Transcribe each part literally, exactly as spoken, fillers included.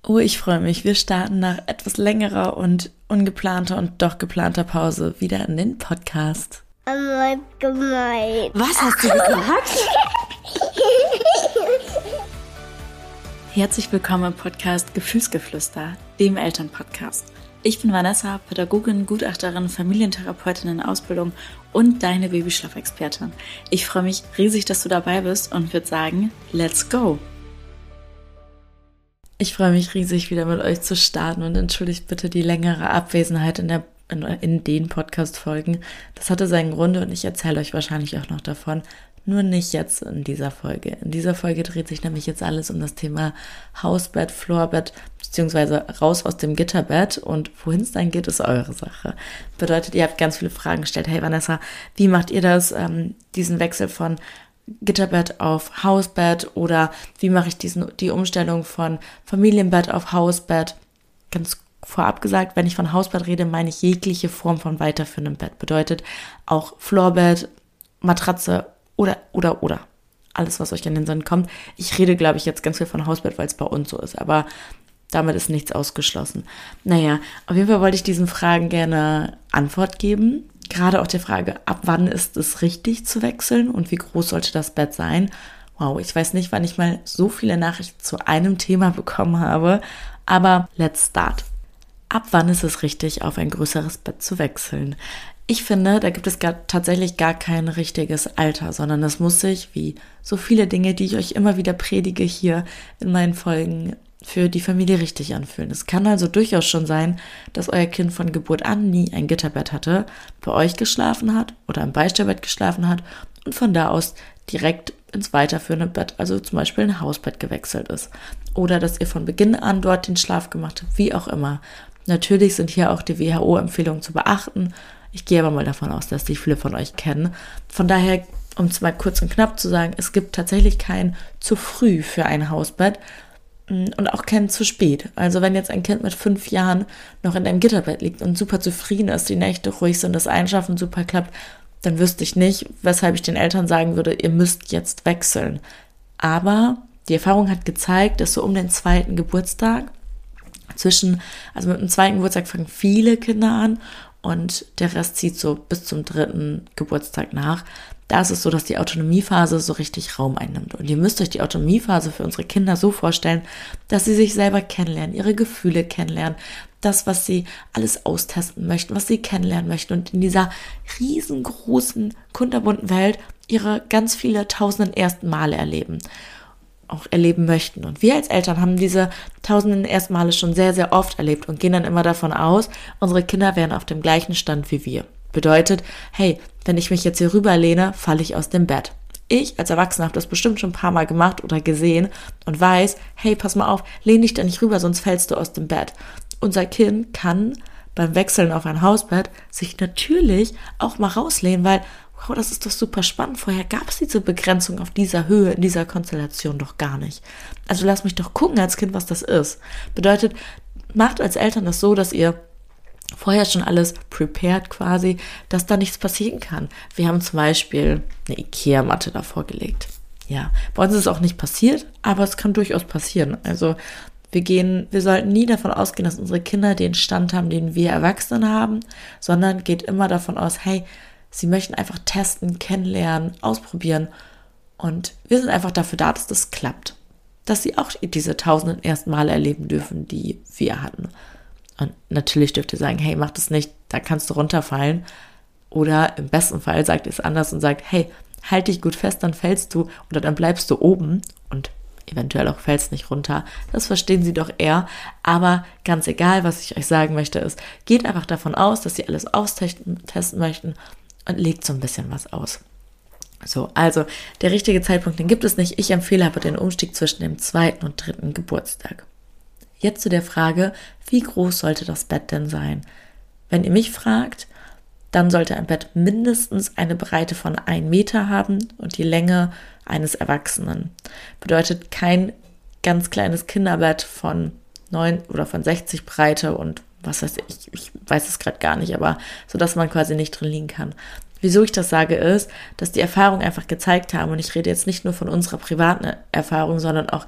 Oh, ich freue mich. Wir starten nach etwas längerer und ungeplanter und doch geplanter Pause wieder in den Podcast. Oh, gemein. Was hast du gesagt? Herzlich willkommen im Podcast Gefühlsgeflüster, dem Elternpodcast. Ich bin Vanessa, Pädagogin, Gutachterin, Familientherapeutin in Ausbildung und deine Babyschlafexpertin. Ich freue mich riesig, dass du dabei bist und würde sagen, let's go! Ich freue mich riesig, wieder mit euch zu starten und entschuldigt bitte die längere Abwesenheit in, der, in, in den Podcast-Folgen. Das hatte seinen Grund und ich erzähle euch wahrscheinlich auch noch davon, nur nicht jetzt in dieser Folge. In dieser Folge dreht sich nämlich jetzt alles um das Thema Hausbett, Floorbett, beziehungsweise raus aus dem Gitterbett und wohin es dann geht, ist eure Sache. Bedeutet, ihr habt ganz viele Fragen gestellt. Hey Vanessa, wie macht ihr das, ähm, diesen Wechsel von Gitterbett auf Hausbett oder wie mache ich diesen, die Umstellung von Familienbett auf Hausbett? Ganz vorab gesagt, wenn ich von Hausbett rede, meine ich jegliche Form von weiterführendem Bett. Bedeutet auch Floorbett, Matratze oder, oder, oder. Alles, was euch in den Sinn kommt. Ich rede, glaube ich, jetzt ganz viel von Hausbett, weil es bei uns so ist, aber damit ist nichts ausgeschlossen. Naja, auf jeden Fall wollte ich diesen Fragen gerne Antwort geben. Gerade auch die Frage, ab wann ist es richtig zu wechseln und wie groß sollte das Bett sein? Wow, ich weiß nicht, wann ich mal so viele Nachrichten zu einem Thema bekommen habe, aber let's start. Ab wann ist es richtig, auf ein größeres Bett zu wechseln? Ich finde, da gibt es gar, tatsächlich gar kein richtiges Alter, sondern es muss sich, wie so viele Dinge, die ich euch immer wieder predige hier in meinen Folgen, für die Familie richtig anfühlen. Es kann also durchaus schon sein, dass euer Kind von Geburt an nie ein Gitterbett hatte, bei euch geschlafen hat oder im Beistellbett geschlafen hat und von da aus direkt ins weiterführende Bett, also zum Beispiel ein Hausbett gewechselt ist. Oder dass ihr von Beginn an dort den Schlaf gemacht habt, wie auch immer. Natürlich sind hier auch die W H O-Empfehlungen zu beachten. Ich gehe aber mal davon aus, dass die viele von euch kennen. Von daher, um es mal kurz und knapp zu sagen, es gibt tatsächlich kein zu früh für ein Hausbett, und auch kein zu spät. Also wenn jetzt ein Kind mit fünf Jahren noch in einem Gitterbett liegt und super zufrieden ist, die Nächte ruhig sind, das Einschaffen super klappt, dann wüsste ich nicht, weshalb ich den Eltern sagen würde, ihr müsst jetzt wechseln. Aber die Erfahrung hat gezeigt, dass so um den zweiten Geburtstag, zwischen, also mit dem zweiten Geburtstag fangen viele Kinder an und der Rest zieht so bis zum dritten Geburtstag nach. Da ist es so, dass die Autonomiephase so richtig Raum einnimmt. Und ihr müsst euch die Autonomiephase für unsere Kinder so vorstellen, dass sie sich selber kennenlernen, ihre Gefühle kennenlernen, das, was sie alles austesten möchten, was sie kennenlernen möchten und in dieser riesengroßen, kunterbunten Welt ihre ganz viele tausenden ersten Male erleben, auch erleben möchten. Und wir als Eltern haben diese tausenden ersten Male schon sehr, sehr oft erlebt und gehen dann immer davon aus, unsere Kinder wären auf dem gleichen Stand wie wir. Bedeutet, hey, wenn ich mich jetzt hier rüberlehne, falle ich aus dem Bett. Ich als Erwachsener habe das bestimmt schon ein paar Mal gemacht oder gesehen und weiß, hey, pass mal auf, lehn dich da nicht rüber, sonst fällst du aus dem Bett. Unser Kind kann beim Wechseln auf ein Hausbett sich natürlich auch mal rauslehnen, weil, wow, das ist doch super spannend. Vorher gab es diese Begrenzung auf dieser Höhe, in dieser Konstellation doch gar nicht. Also lass mich doch gucken als Kind, was das ist. Bedeutet, macht als Eltern das so, dass ihr vorher schon alles prepared quasi, dass da nichts passieren kann. Wir haben zum Beispiel eine Ikea-Matte davor gelegt. Ja, bei uns ist es auch nicht passiert, aber es kann durchaus passieren. Also wir gehen, wir sollten nie davon ausgehen, dass unsere Kinder den Stand haben, den wir Erwachsenen haben, sondern geht immer davon aus, hey, sie möchten einfach testen, kennenlernen, ausprobieren und wir sind einfach dafür da, dass das klappt. Dass sie auch diese tausenden ersten Male erleben dürfen, die wir hatten. Und natürlich dürft ihr sagen, hey, mach das nicht, da kannst du runterfallen. Oder im besten Fall sagt ihr es anders und sagt, hey, halt dich gut fest, dann fällst du oder dann bleibst du oben und eventuell auch fällst nicht runter. Das verstehen sie doch eher. Aber ganz egal, was ich euch sagen möchte, ist, geht einfach davon aus, dass sie alles austesten testen möchten und legt so ein bisschen was aus. So, also der richtige Zeitpunkt, den gibt es nicht. Ich empfehle aber den Umstieg zwischen dem zweiten und dritten Geburtstag. Jetzt zu der Frage, wie groß sollte das Bett denn sein? Wenn ihr mich fragt, dann sollte ein Bett mindestens eine Breite von einem Meter haben und die Länge eines Erwachsenen. Bedeutet kein ganz kleines Kinderbett von neun oder von sechzig Breite und was weiß ich, ich weiß es gerade gar nicht, aber so, dass man quasi nicht drin liegen kann. Wieso ich das sage, ist, dass die Erfahrungen einfach gezeigt haben, und ich rede jetzt nicht nur von unserer privaten Erfahrung, sondern auch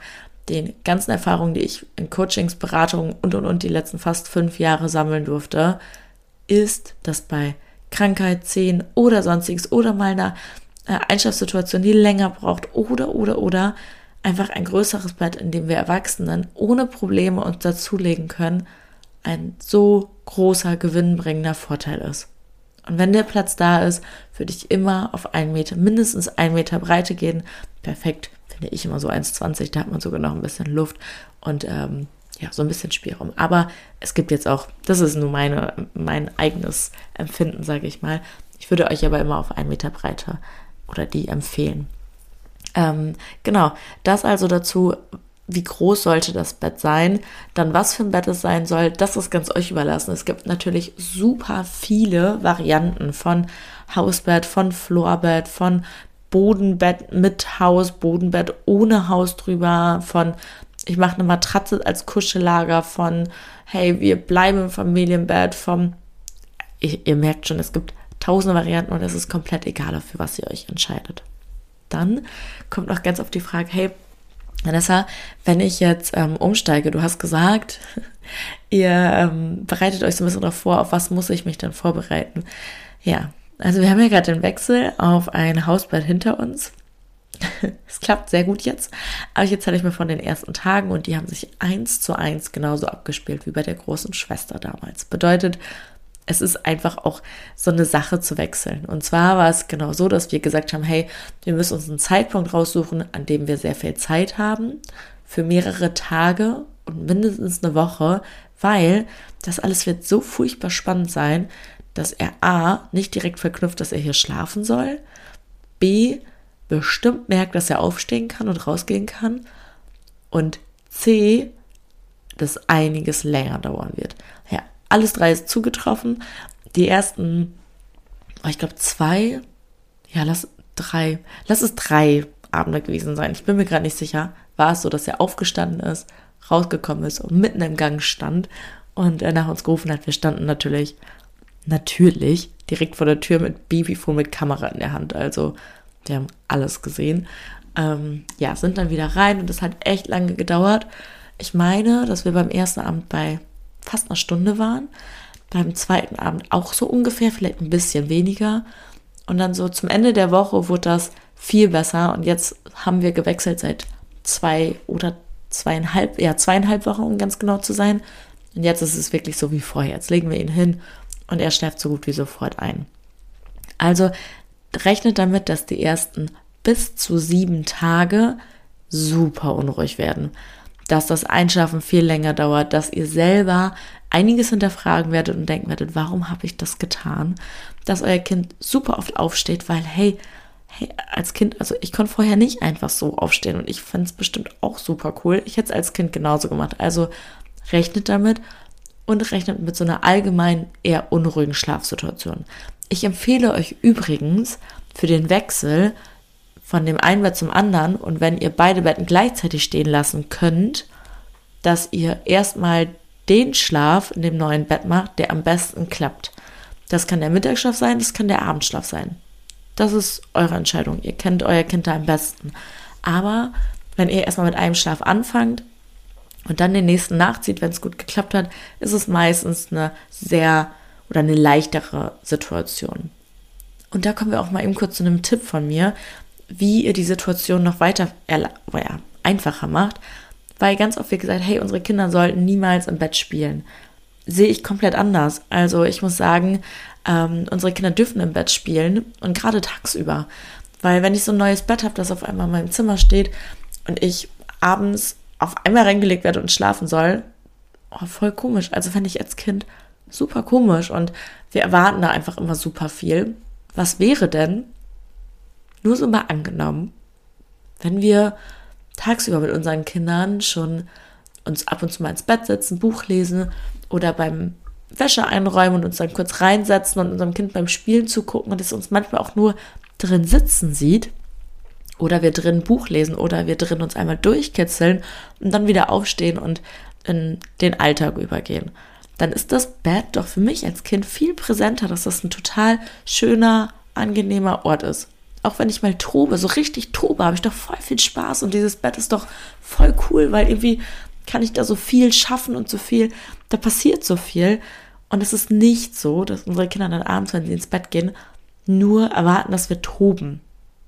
den ganzen Erfahrungen, die ich in Coachings, Beratungen und, und, und die letzten fast fünf Jahre sammeln durfte, ist, dass bei Krankheit, Zehen oder sonstiges oder mal einer Einschlafsituation, die länger braucht oder, oder, oder einfach ein größeres Bett, in dem wir Erwachsenen ohne Probleme uns dazulegen können, ein so großer, gewinnbringender Vorteil ist. Und wenn der Platz da ist, würde ich immer auf einen Meter, mindestens einen Meter Breite gehen. Perfekt, finde ich immer so eins Komma zwanzig, da hat man sogar noch ein bisschen Luft und ähm, ja, so ein bisschen Spielraum. Aber es gibt jetzt auch, das ist nur meine, mein eigenes Empfinden, sage ich mal. Ich würde euch aber immer auf einen Meter Breite oder die empfehlen. Ähm, genau, das also dazu, wie groß sollte das Bett sein, dann was für ein Bett es sein soll, das ist ganz euch überlassen. Es gibt natürlich super viele Varianten von Hausbett, von Floorbett, von Bodenbett mit Haus, Bodenbett ohne Haus drüber, von ich mache eine Matratze als Kuschellager, von hey, wir bleiben im Familienbett, vom, ich, ihr merkt schon, es gibt tausende Varianten und es ist komplett egal, für was ihr euch entscheidet. Dann kommt noch ganz oft die Frage, hey, Vanessa, wenn ich jetzt ähm, umsteige, du hast gesagt, ihr ähm, bereitet euch so ein bisschen darauf vor, auf was muss ich mich denn vorbereiten? Ja, also wir haben ja gerade den Wechsel auf ein Hausbett hinter uns. Es klappt sehr gut jetzt, aber ich erzähle euch mal von den ersten Tagen und die haben sich eins zu eins genauso abgespielt wie bei der großen Schwester damals. Bedeutet, es ist einfach auch so eine Sache zu wechseln. Und zwar war es genau so, dass wir gesagt haben, hey, wir müssen uns einen Zeitpunkt raussuchen, an dem wir sehr viel Zeit haben, für mehrere Tage und mindestens eine Woche, weil das alles wird so furchtbar spannend sein, dass er A, nicht direkt verknüpft, dass er hier schlafen soll, B, bestimmt merkt, dass er aufstehen kann und rausgehen kann und C, dass einiges länger dauern wird. Ja, alles drei ist zugetroffen. Die ersten, ich glaube zwei, ja, lass drei, lass es drei Abende gewesen sein. Ich bin mir gerade nicht sicher. War es so, dass er aufgestanden ist, rausgekommen ist und mitten im Gang stand und er nach uns gerufen hat. Wir standen natürlich, natürlich direkt vor der Tür mit Babyphone mit Kamera in der Hand. Also wir haben alles gesehen. Ähm, ja, sind dann wieder rein und das hat echt lange gedauert. Ich meine, dass wir beim ersten Abend bei fast einer Stunde waren. Beim zweiten Abend auch so ungefähr, vielleicht ein bisschen weniger. Und dann so zum Ende der Woche wurde das viel besser. Und jetzt haben wir gewechselt seit zwei oder zweieinhalb, ja zweieinhalb Wochen, um ganz genau zu sein. Und jetzt ist es wirklich so wie vorher. Jetzt legen wir ihn hin und er schläft so gut wie sofort ein. Also rechnet damit, dass die ersten bis zu sieben Tage super unruhig werden. Dass das Einschlafen viel länger dauert, dass ihr selber einiges hinterfragen werdet und denken werdet, warum habe ich das getan? Dass euer Kind super oft aufsteht, weil hey, hey, als Kind, also ich konnte vorher nicht einfach so aufstehen und ich fand es bestimmt auch super cool. Ich hätte es als Kind genauso gemacht. Also rechnet damit und rechnet mit so einer allgemein eher unruhigen Schlafsituation. Ich empfehle euch übrigens für den Wechsel von dem einen Bett zum anderen und wenn ihr beide Betten gleichzeitig stehen lassen könnt, dass ihr erstmal den Schlaf in dem neuen Bett macht, der am besten klappt. Das kann der Mittagsschlaf sein, das kann der Abendschlaf sein. Das ist eure Entscheidung. Ihr kennt euer Kind da am besten. Aber wenn ihr erstmal mit einem Schlaf anfangt und dann den nächsten nachzieht, wenn es gut geklappt hat, ist es meistens eine sehr oder eine leichtere Situation. Und da kommen wir auch mal eben kurz zu einem Tipp von mir, wie ihr die Situation noch weiter erla- ja, einfacher macht. Weil ganz oft wird gesagt, hey, unsere Kinder sollten niemals im Bett spielen. Sehe ich komplett anders. Also ich muss sagen, ähm, unsere Kinder dürfen im Bett spielen und gerade tagsüber. Weil wenn ich so ein neues Bett habe, das auf einmal in meinem Zimmer steht und ich abends auf einmal reingelegt werde und schlafen soll, oh, voll komisch. Also fände ich als Kind super komisch und wir erwarten da einfach immer super viel. Was wäre denn, nur so mal angenommen, wenn wir tagsüber mit unseren Kindern schon uns ab und zu mal ins Bett setzen, Buch lesen oder beim Wäsche einräumen und uns dann kurz reinsetzen und unserem Kind beim Spielen zugucken und es uns manchmal auch nur drin sitzen sieht oder wir drin Buch lesen oder wir drin uns einmal durchkitzeln und dann wieder aufstehen und in den Alltag übergehen. Dann ist das Bett doch für mich als Kind viel präsenter, dass das ein total schöner, angenehmer Ort ist. auch wenn ich mal tobe, so richtig tobe, habe ich doch voll viel Spaß und dieses Bett ist doch voll cool, weil irgendwie kann ich da so viel schaffen und so viel, da passiert so viel. Und es ist nicht so, dass unsere Kinder dann abends, wenn sie ins Bett gehen, nur erwarten, dass wir toben.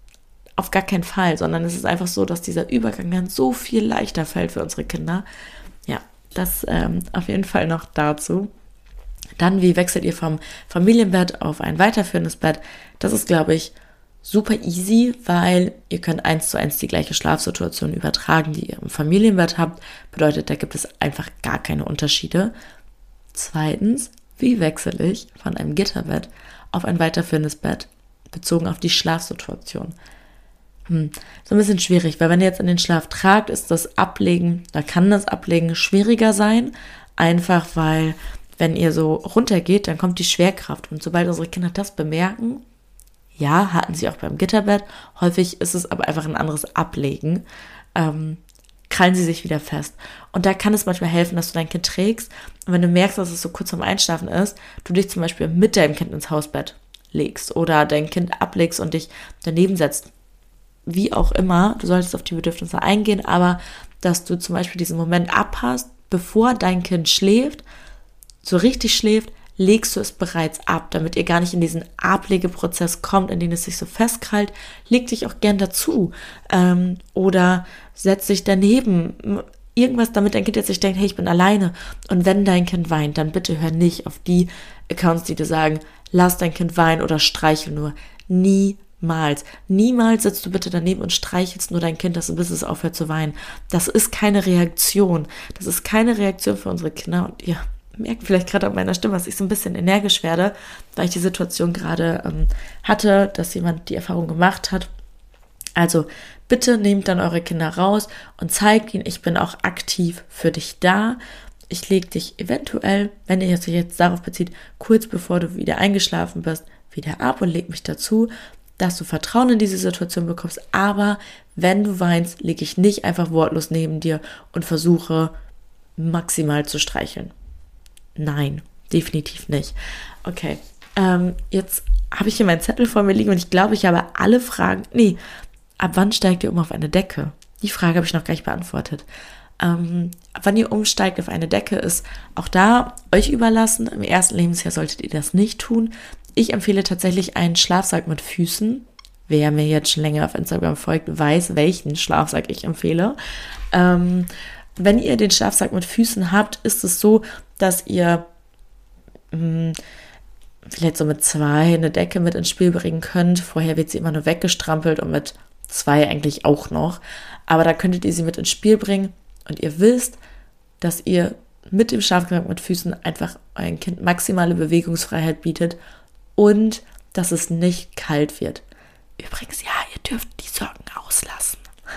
Auf gar keinen Fall, sondern es ist einfach so, dass dieser Übergang dann so viel leichter fällt für unsere Kinder. Ja, das ähm, auf jeden Fall noch dazu. Dann, wie wechselt ihr vom Familienbett auf ein weiterführendes Bett? Das ist, glaube ich, super easy, weil ihr könnt eins zu eins die gleiche Schlafsituation übertragen, die ihr im Familienbett habt. Bedeutet, da gibt es einfach gar keine Unterschiede. Zweitens, wie wechsle ich von einem Gitterbett auf ein weiterführendes Bett, bezogen auf die Schlafsituation? Hm, so ein bisschen schwierig, weil wenn ihr jetzt in den Schlaf tragt, ist das Ablegen, da kann das Ablegen schwieriger sein, einfach weil, wenn ihr so runtergeht, dann kommt die Schwerkraft und sobald unsere Kinder das bemerken, ja, hatten sie auch beim Gitterbett, häufig ist es aber einfach ein anderes Ablegen, ähm, krallen sie sich wieder fest. Und da kann es manchmal helfen, dass du dein Kind trägst und wenn du merkst, dass es so kurz vorm Einschlafen ist, du dich zum Beispiel mit deinem Kind ins Hausbett legst oder dein Kind ablegst und dich daneben setzt. Wie auch immer, du solltest auf die Bedürfnisse eingehen, aber dass du zum Beispiel diesen Moment abhast, bevor dein Kind schläft, so richtig schläft, legst du es bereits ab, damit ihr gar nicht in diesen Ablegeprozess kommt, in den es sich so festkrallt. Leg dich auch gern dazu ähm, oder setz dich daneben. Irgendwas, damit dein Kind jetzt sich denkt, hey, ich bin alleine. Und wenn dein Kind weint, dann bitte hör nicht auf die Accounts, die dir sagen, lass dein Kind weinen oder streichel nur. Niemals. Niemals sitzt du bitte daneben und streichelst nur dein Kind, dass du bis es aufhört zu weinen. Das ist keine Reaktion. Das ist keine Reaktion für unsere Kinder. Und ihr merkt vielleicht gerade an meiner Stimme, dass ich so ein bisschen energisch werde, weil ich die Situation gerade ähm, hatte, dass jemand die Erfahrung gemacht hat. Also bitte nehmt dann eure Kinder raus und zeigt ihnen, ich bin auch aktiv für dich da. Ich lege dich eventuell, wenn ihr euch jetzt darauf bezieht, kurz bevor du wieder eingeschlafen bist, wieder ab und leg mich dazu, dass du Vertrauen in diese Situation bekommst. Aber wenn du weinst, lege ich nicht einfach wortlos neben dir und versuche maximal zu streicheln. Nein, definitiv nicht. Okay, ähm, jetzt habe ich hier meinen Zettel vor mir liegen und ich glaube, ich habe alle Fragen, nee, ab wann steigt ihr um auf eine Decke? Die Frage habe ich noch gar nicht beantwortet. Ähm, ab wann ihr umsteigt auf eine Decke, ist auch da euch überlassen. Im ersten Lebensjahr solltet ihr das nicht tun. Ich empfehle tatsächlich einen Schlafsack mit Füßen. Wer mir jetzt schon länger auf Instagram folgt, weiß, welchen Schlafsack ich empfehle. Ähm, wenn ihr den Schlafsack mit Füßen habt, ist es so, dass ihr mh, vielleicht so mit zwei eine Decke mit ins Spiel bringen könnt. Vorher wird sie immer nur weggestrampelt und mit zwei eigentlich auch noch. Aber da könntet ihr sie mit ins Spiel bringen und ihr wisst, dass ihr mit dem Schlafsack mit Füßen einfach eurem Kind maximale Bewegungsfreiheit bietet und dass es nicht kalt wird. Übrigens, ja, ihr dürft die Socken auslassen.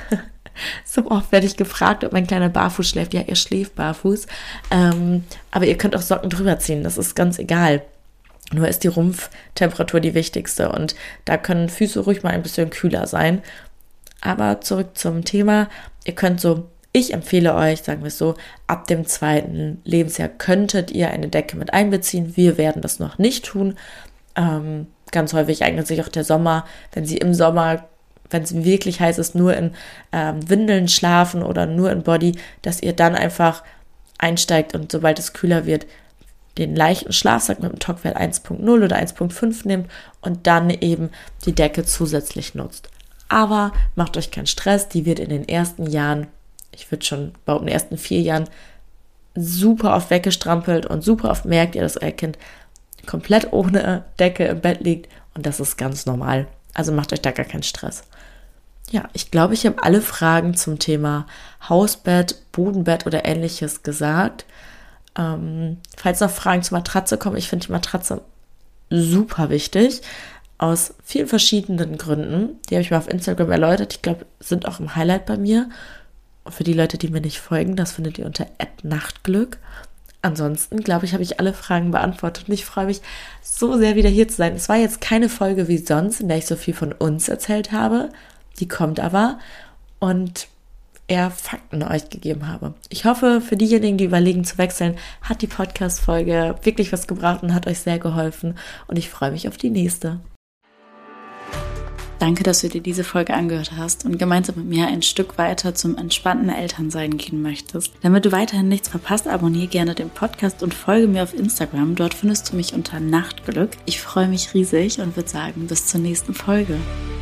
So oft werde ich gefragt, ob mein kleiner barfuß schläft. Ja, er schläft barfuß. Ähm, aber ihr könnt auch Socken drüber ziehen. Das ist ganz egal. Nur ist die Rumpftemperatur die wichtigste. Und da können Füße ruhig mal ein bisschen kühler sein. Aber zurück zum Thema. Ihr könnt so, ich empfehle euch, sagen wir es so, ab dem zweiten Lebensjahr könntet ihr eine Decke mit einbeziehen. Wir werden das noch nicht tun. Ähm, ganz häufig eignet sich auch der Sommer, wenn sie im Sommer, wenn es wirklich heiß ist, nur in ähm, Windeln schlafen oder nur in Body, dass ihr dann einfach einsteigt und sobald es kühler wird, den leichten Schlafsack mit dem Tockwert eins Punkt null oder eins Punkt fünf nehmt und dann eben die Decke zusätzlich nutzt. Aber macht euch keinen Stress, die wird in den ersten Jahren, ich würde schon behaupten, in den ersten vier Jahren super oft weggestrampelt und super oft merkt ihr, dass euer Kind komplett ohne Decke im Bett liegt und das ist ganz normal. Also macht euch da gar keinen Stress. Ja, ich glaube, ich habe alle Fragen zum Thema Hausbett, Bodenbett oder ähnliches gesagt. Ähm, falls noch Fragen zur Matratze kommen, ich finde die Matratze super wichtig, aus vielen verschiedenen Gründen. Die habe ich mal auf Instagram erläutert. Ich glaube, sind auch im Highlight bei mir. Und für die Leute, die mir nicht folgen, das findet ihr unter at nachtglück. Ansonsten, glaube ich, habe ich alle Fragen beantwortet und ich freue mich so sehr, wieder hier zu sein. Es war jetzt keine Folge wie sonst, in der ich so viel von uns erzählt habe. Die kommt aber und eher Fakten euch gegeben habe. Ich hoffe, für diejenigen, die überlegen zu wechseln, hat die Podcast-Folge wirklich was gebracht und hat euch sehr geholfen und ich freue mich auf die nächste. Danke, dass du dir diese Folge angehört hast und gemeinsam mit mir ein Stück weiter zum entspannten Elternsein gehen möchtest. Damit du weiterhin nichts verpasst, abonniere gerne den Podcast und folge mir auf Instagram. Dort findest du mich unter Nachtglück. Ich freue mich riesig und würde sagen, bis zur nächsten Folge.